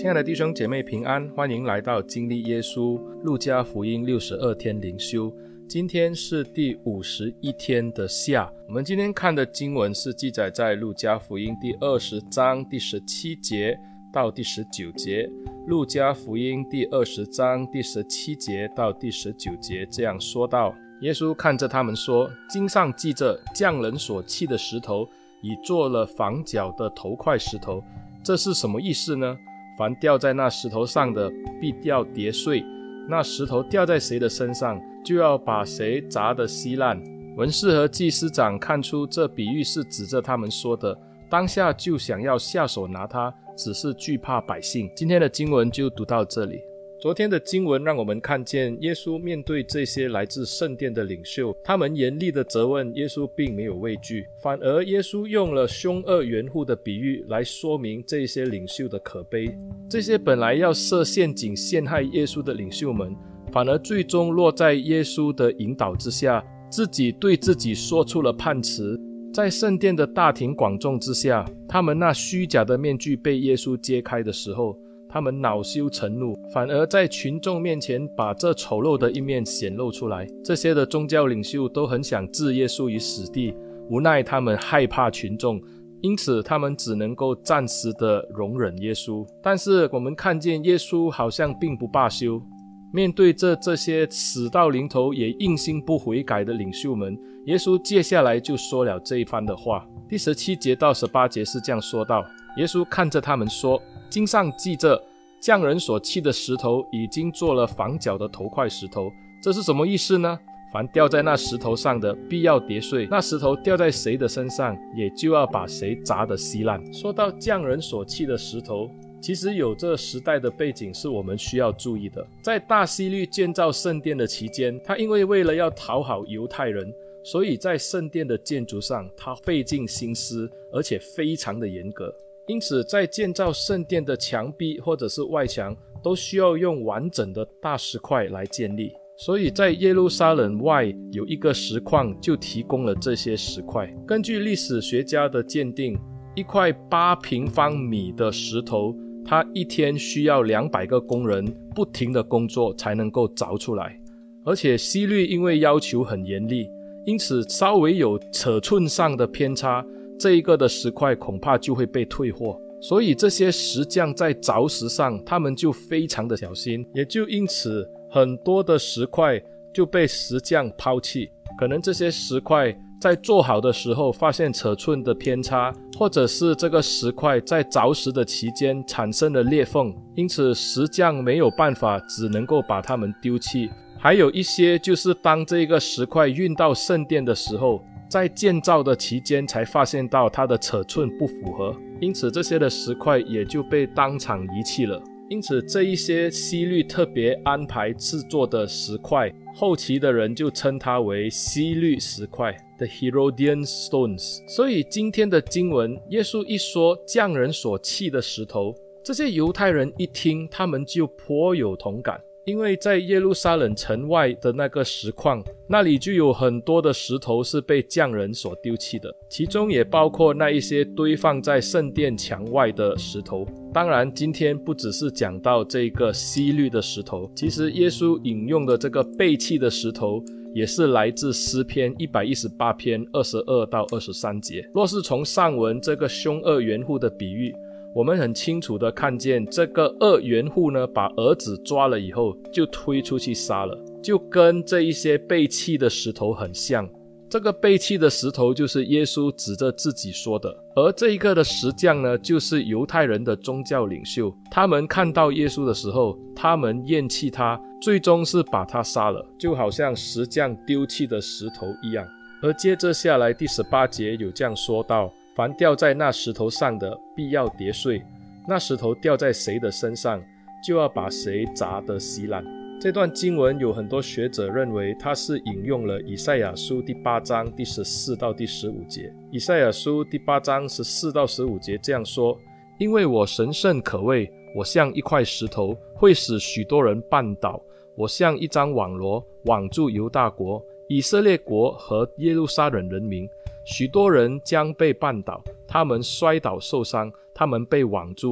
亲爱的弟兄姐妹平安，欢迎来到经历耶稣路加福音62天灵修。今天是第51天的下，我们今天看的经文是记载在路加福音第20章第17节到第19节。路加福音第20章第17节到第19节这样说道：耶稣看着他们说，经上记着，匠人所弃的石头已做了房角的头块石头，这是什么意思呢？凡掉在那石头上的，必掉跌碎；那石头掉在谁的身上，就要把谁砸得稀烂。文士和祭司长看出这比喻是指着他们说的，当下就想要下手拿他，只是惧怕百姓。今天的经文就读到这里。昨天的经文让我们看见耶稣面对这些来自圣殿的领袖，他们严厉的责问，耶稣并没有畏惧，反而耶稣用了凶恶园户的比喻来说明这些领袖的可悲。这些本来要设陷阱陷害耶稣的领袖们，反而最终落在耶稣的引导之下，自己对自己说出了判词。在圣殿的大庭广众之下，他们那虚假的面具被耶稣揭开的时候，他们恼羞成怒，反而在群众面前把这丑陋的一面显露出来。这些的宗教领袖都很想置耶稣于死地，无奈他们害怕群众，因此他们只能够暂时的容忍耶稣。但是我们看见耶稣好像并不罢休，面对这些死到临头也硬心不悔改的领袖们，耶稣接下来就说了这一番的话。第17节到18节是这样说道：耶稣看着他们说，经上记着，匠人所弃的石头已经做了房角的头块石头，这是什么意思呢？凡掉在那石头上的，必要跌碎；那石头掉在谁的身上，也就要把谁砸得稀烂。说到匠人所弃的石头，其实有这时代的背景是我们需要注意的。在大希律建造圣殿的期间，他因为了要讨好犹太人，所以在圣殿的建筑上他费尽心思，而且非常的严格。因此在建造圣殿的墙壁或者是外墙都需要用完整的大石块来建立，所以在耶路撒冷外有一个石矿就提供了这些石块。根据历史学家的鉴定，一块8平方米的石头，它一天需要200个工人不停的工作才能够凿出来。而且希律因为要求很严厉，因此稍微有尺寸上的偏差，这一个的石块恐怕就会被退货。所以这些石匠在凿石上他们就非常的小心，也就因此很多的石块就被石匠抛弃。可能这些石块在做好的时候发现尺寸的偏差，或者是这个石块在凿石的期间产生了裂缝，因此石匠没有办法，只能够把它们丢弃。还有一些就是当这个石块运到圣殿的时候，在建造的期间才发现到它的尺寸不符合，因此这些的石块也就被当场遗弃了。因此这一些希律特别安排制作的石块，后期的人就称它为希律石块 The Herodian Stones。 所以今天的经文，耶稣一说匠人所弃的石头，这些犹太人一听，他们就颇有同感。因为在耶路撒冷城外的那个石矿，那里就有很多的石头是被匠人所丢弃的，其中也包括那一些堆放在圣殿墙外的石头。当然今天不只是讲到这个希律的石头，其实耶稣引用的这个背弃的石头也是来自诗篇118篇22到23节。若是从上文这个凶恶园户的比喻，我们很清楚的看见这个恶园户呢，把儿子抓了以后就推出去杀了，就跟这一些被弃的石头很像。这个被弃的石头就是耶稣指着自己说的，而这一个的石匠呢，就是犹太人的宗教领袖。他们看到耶稣的时候，他们厌弃他，最终是把他杀了，就好像石匠丢弃的石头一样。而接着下来第18节有这样说到，凡掉在那石头上的，必要跌碎；那石头掉在谁的身上，就要把谁砸得稀烂。这段经文有很多学者认为它是引用了以赛亚书第8章第14到第15节。以赛亚书第8章14到15节这样说：因为我神圣可畏，我像一块石头，会使许多人绊倒；我像一张网罗，网住犹大国、以色列国和耶路撒冷人民。许多人将被绊倒，他们摔倒受伤，他们被网住，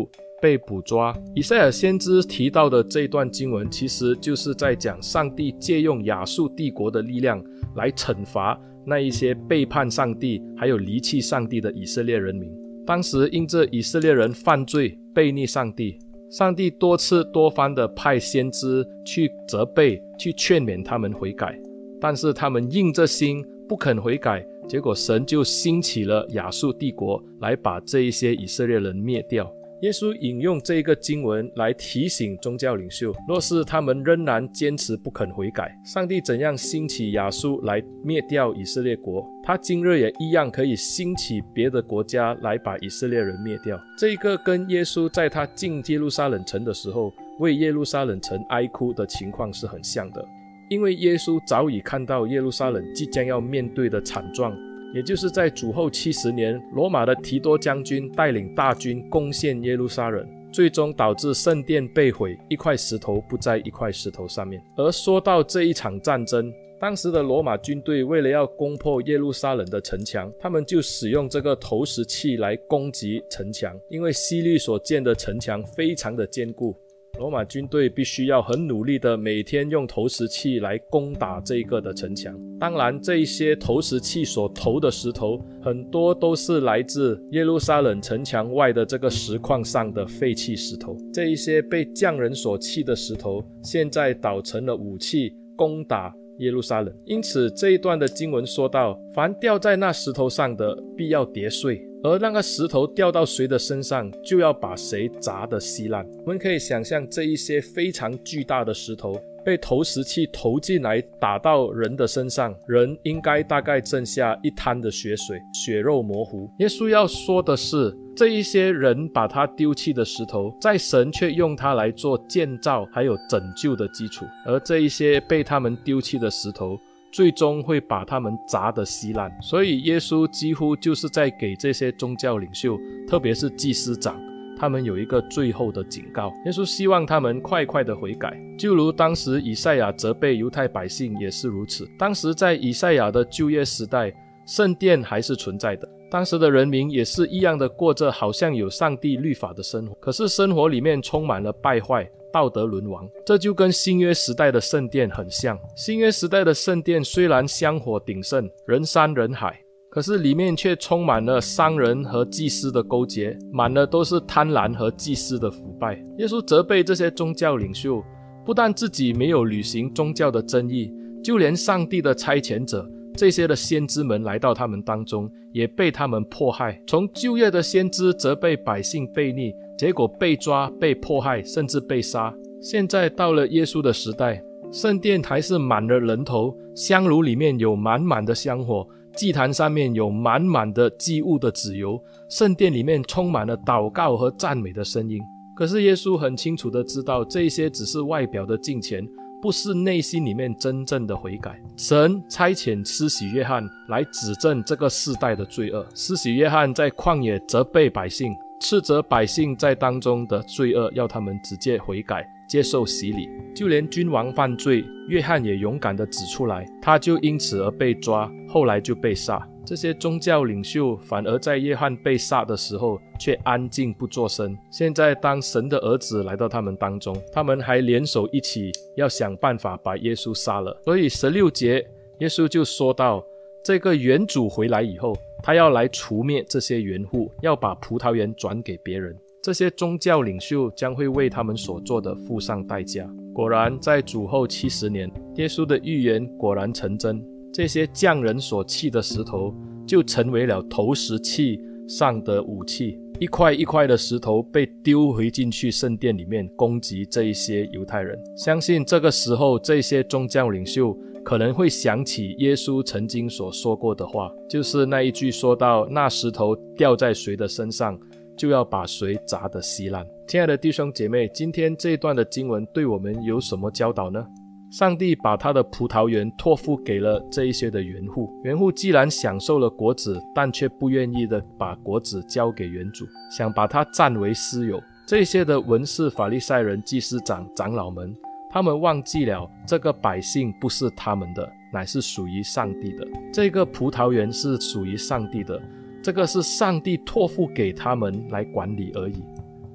被捕抓。以赛亚先知提到的这一段经文，其实就是在讲上帝借用亚述帝国的力量来惩罚那一些背叛上帝还有离弃上帝的以色列人民。当时因着以色列人犯罪悖逆上帝，上帝多次多番的派先知去责备去劝勉他们悔改，但是他们硬着心不肯悔改，结果神就兴起了亚述帝国来把这一些以色列人灭掉。耶稣引用这个经文来提醒宗教领袖，若是他们仍然坚持不肯悔改，上帝怎样兴起亚述来灭掉以色列国，他今日也一样可以兴起别的国家来把以色列人灭掉。这个跟耶稣在他进耶路撒冷城的时候为耶路撒冷城哀哭的情况是很像的，因为耶稣早已看到耶路撒冷即将要面对的惨状，也就是在主后70年，罗马的提多将军带领大军攻陷耶路撒冷，最终导致圣殿被毁，一块石头不在一块石头上面。而说到这一场战争，当时的罗马军队为了要攻破耶路撒冷的城墙，他们就使用这个投石器来攻击城墙，因为希律所建的城墙非常的坚固，罗马军队必须要很努力的每天用投石器来攻打这一个的城墙。当然这一些投石器所投的石头很多都是来自耶路撒冷城墙外的这个石矿上的废弃石头，这一些被匠人所弃的石头现在捣成了武器攻打耶路撒冷。因此这一段的经文说到，凡掉在那石头上的必要跌碎，而那个石头掉到谁的身上，就要把谁砸得稀烂。我们可以想象这一些非常巨大的石头被投石器投进来打到人的身上，人应该大概剩下一滩的血水，血肉模糊。耶稣要说的是，这一些人把他丢弃的石头，在神却用它来做建造还有拯救的基础，而这一些被他们丢弃的石头最终会把他们砸得稀烂。所以耶稣几乎就是在给这些宗教领袖，特别是祭司长，他们有一个最后的警告。耶稣希望他们快快的悔改，就如当时以赛亚责备犹太百姓也是如此。当时在以赛亚的旧约时代，圣殿还是存在的，当时的人民也是一样的过着好像有上帝律法的生活，可是生活里面充满了败坏，道德沦亡。这就跟新约时代的圣殿很像。新约时代的圣殿虽然香火鼎盛，人山人海，可是里面却充满了商人和祭司的勾结，满了都是贪婪和祭司的腐败。耶稣责备这些宗教领袖，不但自己没有履行宗教的正义，就连上帝的差遣者这些的先知们来到他们当中，也被他们迫害。从旧约的先知责备百姓悖逆，结果被抓、被迫害，甚至被杀。现在到了耶稣的时代，圣殿还是满了人头，香炉里面有满满的香火，祭坛上面有满满的祭物的脂油，圣殿里面充满了祷告和赞美的声音。可是耶稣很清楚地知道，这些只是外表的敬虔，不是内心里面真正的悔改。神差遣施洗约翰来指正这个世代的罪恶。施洗约翰在旷野责备百姓，斥责百姓在当中的罪恶，要他们直接悔改，接受洗礼。就连君王犯罪，约翰也勇敢地指出来，他就因此而被抓，后来就被杀。这些宗教领袖反而在约翰被杀的时候却安静不作声。现在当神的儿子来到他们当中，他们还联手一起要想办法把耶稣杀了。所以16节耶稣就说到，这个园主回来以后，他要来除灭这些园户，要把葡萄园转给别人。这些宗教领袖将会为他们所做的付上代价。果然在主后70年，耶稣的预言果然成真，这些匠人所弃的石头就成为了投石器上的武器，一块一块的石头被丢回进去圣殿里面，攻击这一些犹太人。相信这个时候这些宗教领袖可能会想起耶稣曾经所说过的话，就是那一句说到，那石头掉在谁的身上，就要把谁砸得稀烂。亲爱的弟兄姐妹，今天这一段的经文对我们有什么教导呢？上帝把他的葡萄园托付给了这一些的园户，园户既然享受了果子，但却不愿意的把果子交给园主，想把它占为私有。这些的文士、法利赛人、祭司长、长老们，他们忘记了这个百姓不是他们的，乃是属于上帝的。这个葡萄园是属于上帝的，这个是上帝托付给他们来管理而已。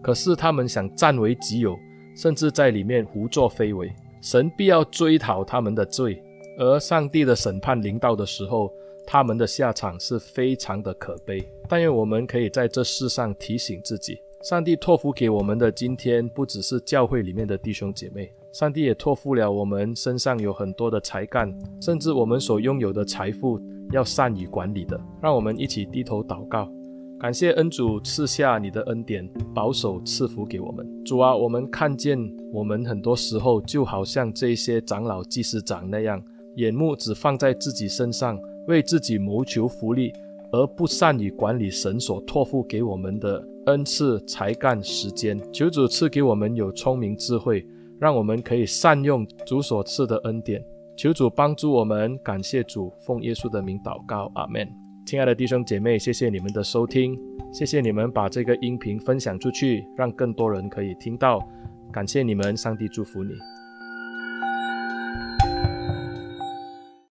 可是他们想占为己有，甚至在里面胡作非为，神必要追讨他们的罪，而上帝的审判临到的时候，他们的下场是非常的可悲。但愿我们可以在这世上提醒自己，上帝托付给我们的今天不只是教会里面的弟兄姐妹，上帝也托付了我们身上有很多的才干，甚至我们所拥有的财富要善于管理的。让我们一起低头祷告，感谢恩主赐下你的恩典，保守赐福给我们。主啊，我们看见我们很多时候就好像这些长老祭司长那样，眼目只放在自己身上，为自己谋求福利，而不善于管理神所托付给我们的恩赐、才干、时间。求主赐给我们有聪明智慧，让我们可以善用主所赐的恩典。求主帮助我们，感谢主，奉耶稣的名祷告，阿们。亲爱的弟兄姐妹，谢谢你们的收听，谢谢你们把这个音频分享出去，让更多人可以听到。感谢你们，上帝祝福你。